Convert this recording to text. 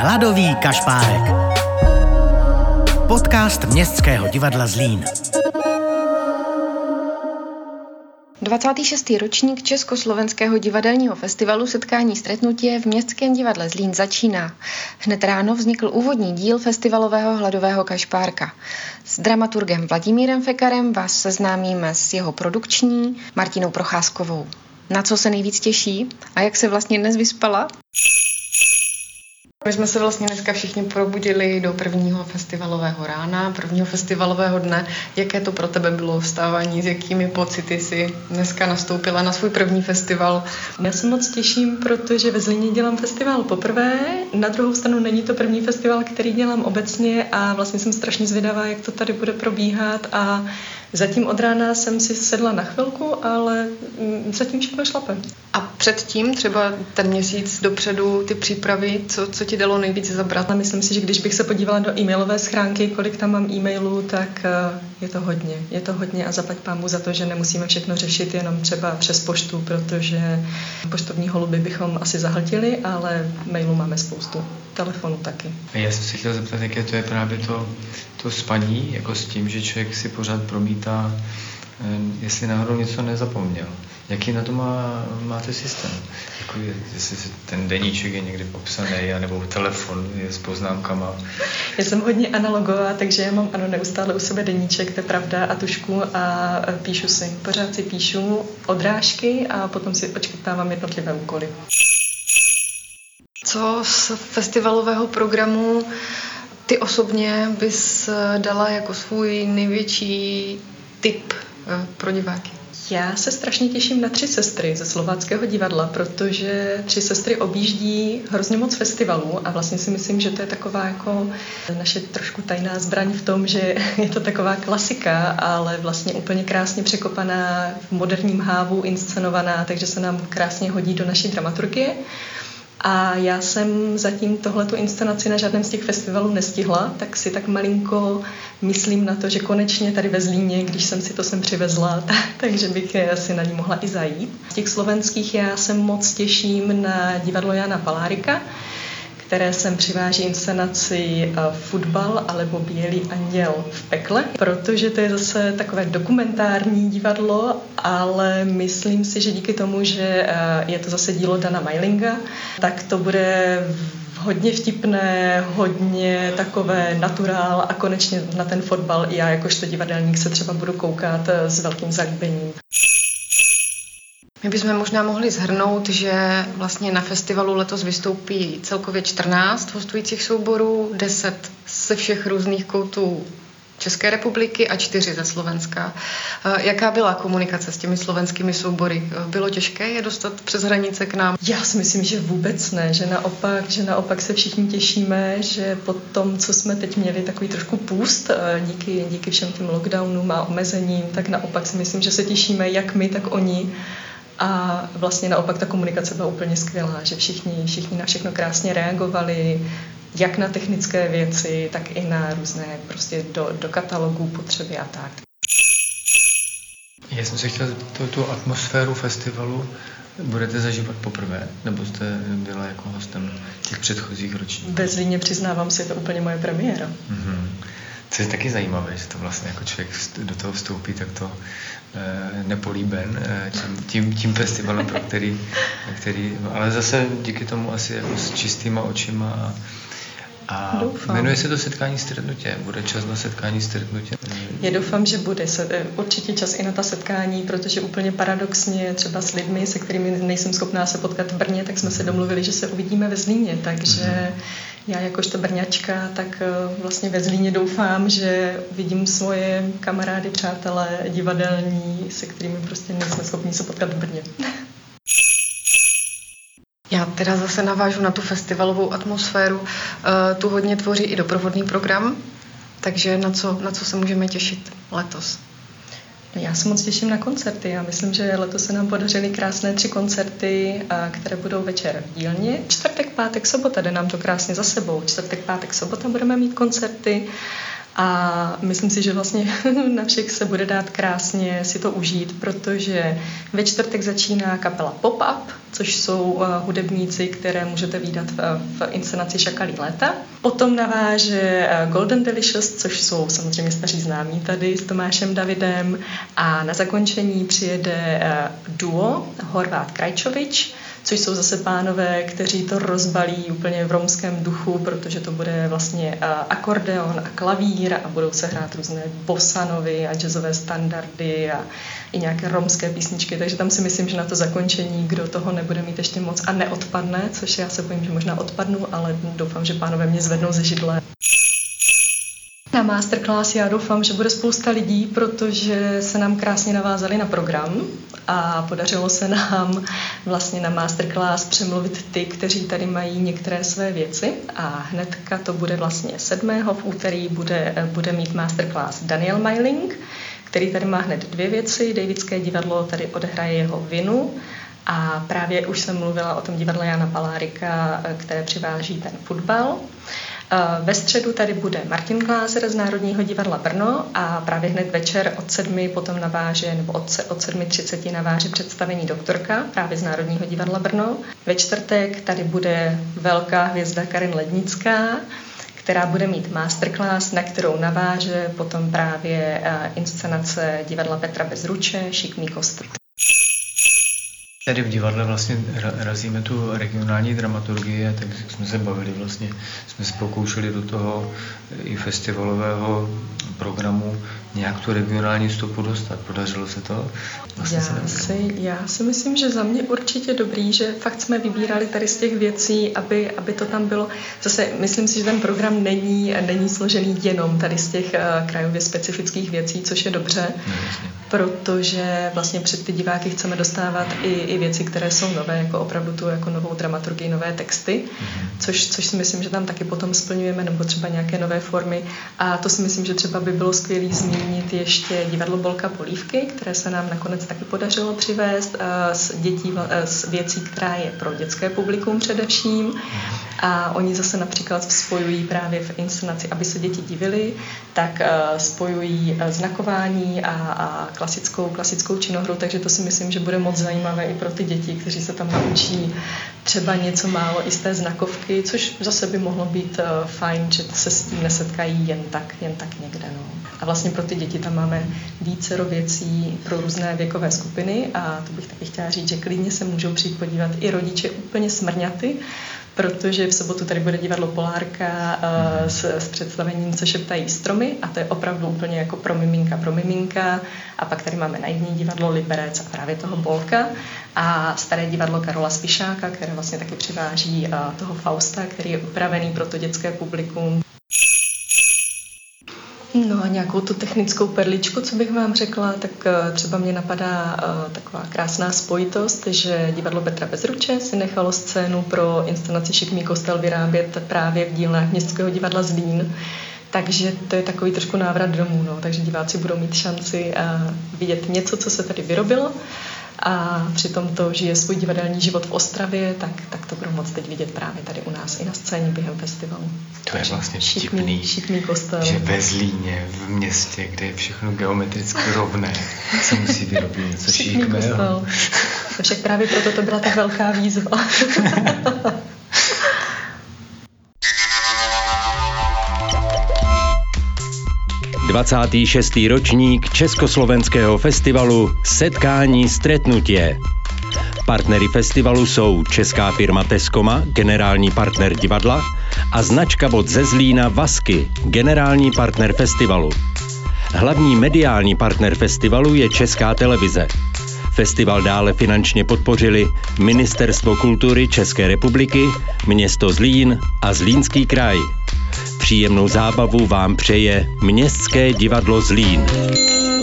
Hladový kašpárek. Podcast Městského divadla Zlín. 26. ročník Československého divadelního festivalu Setkání stretnutie v Městském divadle Zlín začíná. Hned ráno vznikl úvodní díl festivalového hladového kašpárka. S dramaturgem Vladimírem Fekarem vás seznámíme s jeho produkční Martinou Procházkovou. Na co se nejvíc těší a jak se vlastně dnes vyspala? My jsme se vlastně dneska všichni probudili do prvního festivalového rána, prvního festivalového dne. Jaké to pro tebe bylo vstávání, s jakými pocity jsi dneska nastoupila na svůj první festival? Já se moc těším, protože ve Zlíně dělám festival poprvé. Na druhou stranu není to první festival, který dělám obecně a vlastně jsem strašně zvědavá, jak to tady bude probíhat a zatím od rána jsem si sedla na chvilku, ale zatím všechno šlape. A předtím, třeba ten měsíc dopředu, ty přípravy, co ti dalo nejvíc zabrat? A myslím si, že když bych se podívala do e-mailové schránky, kolik tam mám e-mailů, tak je to hodně. Je to hodně a zaplať pánbůh za to, že nemusíme všechno řešit jenom třeba přes poštu, protože poštovní holuby bychom asi zahltili, ale mailů máme spoustu. Telefonu taky. Já jsem se chtěl zeptat, jaké to je právě to spaní, jako s tím, že člověk si pořád promítá, jestli náhodou něco nezapomněl. Jaký na to máte systém? Jako jestli ten deníček je někdy popsaný, anebo telefon je s poznámkama. Já jsem hodně analogová, takže já mám neustále u sebe deníček, to je pravda, a tušku a píšu si. Pořád si píšu odrážky a potom si odškrtávám jednotlivé úkoly. Co z festivalového programu ty osobně bys dala jako svůj největší tip pro diváky? Já se strašně těším na 3 sestry ze Slováckého divadla, protože 3 sestry objíždí hrozně moc festivalů a vlastně si myslím, že to je taková jako naše trošku tajná zbraň v tom, že je to taková klasika, ale vlastně úplně krásně překopaná v moderním hávu, inscenovaná, takže se nám krásně hodí do naší dramaturgie. A já jsem zatím tohletu inscenaci na žádném z těch festivalů nestihla, tak si tak malinko myslím na to, že konečně tady ve Zlíně, když jsem si to sem přivezla, takže bych si na ní mohla i zajít. Z těch slovenských já se moc těším na divadlo Jana Palárika, které sem přiváží inscenaci Fotbal alebo Bělý anděl v pekle, protože to je zase takové dokumentární divadlo, ale myslím si, že díky tomu, že je to zase dílo Dana Majlinga, tak to bude hodně vtipné, hodně takové naturál a konečně na ten fotbal i já jakožto divadelník se třeba budu koukat s velkým zalíbením. My bychom možná mohli shrnout, že vlastně na festivalu letos vystoupí celkově 14 hostujících souborů, 10 ze všech různých koutů České republiky a 4 ze Slovenska. Jaká byla komunikace s těmi slovenskými soubory? Bylo těžké je dostat přes hranice k nám? Já si myslím, že vůbec ne, že naopak se všichni těšíme, že po tom, co jsme teď měli takový trošku půst díky všem těm lockdownům a omezením, tak naopak si myslím, že se těšíme jak my, tak oni. A vlastně naopak ta komunikace byla úplně skvělá, že všichni na všechno krásně reagovali, jak na technické věci, tak i na různé prostě do katalogů potřeby a tak. Já jsem se chtěl zeptat, tu atmosféru festivalu budete zažívat poprvé, nebo jste byla jako hostem těch předchozích ročníků? Ve Zlíně, přiznávám si, je to úplně moje premiéra. Mm-hmm. Co je taky zajímavé, že to vlastně jako člověk do toho vstoupí takto nepolíben tím festivalem, pro který, ale zase díky tomu asi jako s čistýma očima a jmenuje se to Setkání stretnutě. Bude čas na Setkání stretnutě? Já doufám, že bude určitě čas i na ta setkání, protože úplně paradoxně třeba s lidmi, se kterými nejsem schopná se potkat v Brně, tak jsme se domluvili, že se uvidíme ve Zlíně, takže já jakožto Brňačka, tak vlastně ve Zlíně doufám, že vidím svoje kamarády, přátelé, divadelní, se kterými prostě nejsme schopni se potkat v Brně. Já teda zase navážu na tu festivalovou atmosféru. Tu hodně tvoří i doprovodný program, takže na co se můžeme těšit letos? Já se moc těším na koncerty. Já myslím, že letos se nám podařily krásné 3 koncerty, které budou večer v dílně. Čtvrtek, pátek, sobota, jde nám to krásně za sebou. Čtvrtek, pátek, sobota budeme mít koncerty A myslím si, že vlastně na všech se bude dát krásně si to užít, protože ve čtvrtek začíná kapela Pop-Up, což jsou hudebníci, které můžete vidět v inscenaci Šakalí léta. Potom naváže Golden Delicious, což jsou samozřejmě staří známí tady s Tomášem Davidem. A na zakončení přijede duo Horváth Krajčovič, což jsou zase pánové, kteří to rozbalí úplně v romském duchu, protože to bude vlastně akordeon a klavír a budou se hrát různé bossanovy a jazzové standardy a i nějaké romské písničky, takže tam si myslím, že na to zakončení, kdo toho nebude mít ještě moc a neodpadne, což já se bojím, že možná odpadnu, ale doufám, že pánové mě zvednou ze židle. Na masterclass já doufám, že bude spousta lidí, protože se nám krásně navázali na program a podařilo se nám vlastně na masterclass přemluvit ty, kteří tady mají některé své věci a hnedka to bude vlastně 7. v úterý bude mít masterclass Daniel Meiling, který tady má hned 2 věci. Davidské divadlo tady odehraje jeho Vinu a právě už jsem mluvila o tom divadle Jana Palárika, které přiváží ten fotbal. Ve středu tady bude Martin Glázer z Národního divadla Brno a právě hned večer od 7 potom naváže, nebo od 7:30 naváže představení Doktorka právě z Národního divadla Brno. Ve čtvrtek tady bude velká hvězda Karin Lednická, která bude mít masterclass, na kterou naváže potom právě inscenace divadla Petra Bezruče, Šikmý kostel. Tady v divadle vlastně razíme tu regionální dramaturgii a tak jsme se bavili vlastně, jsme se pokoušeli do toho i festivalového programu nějak tu regionální stopu dostat. Podařilo se to? Vlastně já si myslím, že za mě určitě dobrý, že fakt jsme vybírali tady z těch věcí, aby to tam bylo. Zase myslím si, že ten program není složený jenom tady z těch krajově specifických věcí, což je dobře, protože vlastně před ty diváky chceme dostávat i věci, které jsou nové, jako opravdu tu jako novou dramaturgii, nové texty, což si myslím, že tam taky potom splňujeme, nebo třeba nějaké nové formy. A to si myslím, že třeba by bylo skvělý zmínit ještě divadlo Bolka Polívky, které se nám nakonec taky podařilo přivést z věcí, která je pro dětské publikum především. A oni zase například spojují právě v inscenaci, aby se děti divily, tak spojují znakování a klasickou činohru, takže to si myslím, že bude moc zajímavé i pro ty děti, kteří se tam naučí třeba něco málo i z té znakovky, což zase by mohlo být fajn, že se s tím nesetkají jen tak někde. No. A vlastně pro ty děti tam máme vícero věcí pro různé věkové skupiny a to bych taky chtěla říct, že klidně se můžou přijít podívat i rodiče úplně smrňaty, protože v sobotu tady bude divadlo Polárka s představením Co šeptají stromy a to je opravdu úplně jako pro miminka a pak tady máme naivní divadlo Liberec a právě toho Bolka a staré divadlo Karola Spišáka, které vlastně taky přiváží toho Fausta, který je upravený pro to dětské publikum. No a nějakou tu technickou perličku, co bych vám řekla, tak třeba mě napadá taková krásná spojitost, že divadlo Petra Bezruče si nechalo scénu pro inscenaci Šikmý kostel vyrábět právě v dílnách Městského divadla Zlín. Takže to je takový trošku návrat domů, no. Takže diváci budou mít šanci vidět něco, co se tady vyrobilo a přitom to žije svůj divadelní život v Ostravě, tak to budou moct teď vidět právě tady u nás i na scéně během festivalu. To je vlastně vtipný, Šikmý kostel. Že ve Zlíně, v městě, kde je všechno geometricky rovné, se musí vyrobit něco šikmého. Však právě proto to byla tak velká výzva. 26. ročník Československého festivalu Setkání stretnutie. Partnery festivalu jsou česká firma Tescoma, generální partner divadla, a značka bod ze Zlína Vasky, generální partner festivalu. Hlavní mediální partner festivalu je Česká televize. Festival dále finančně podpořili Ministerstvo kultury České republiky, město Zlín a Zlínský kraj. Příjemnou zábavu vám přeje Městské divadlo Zlín.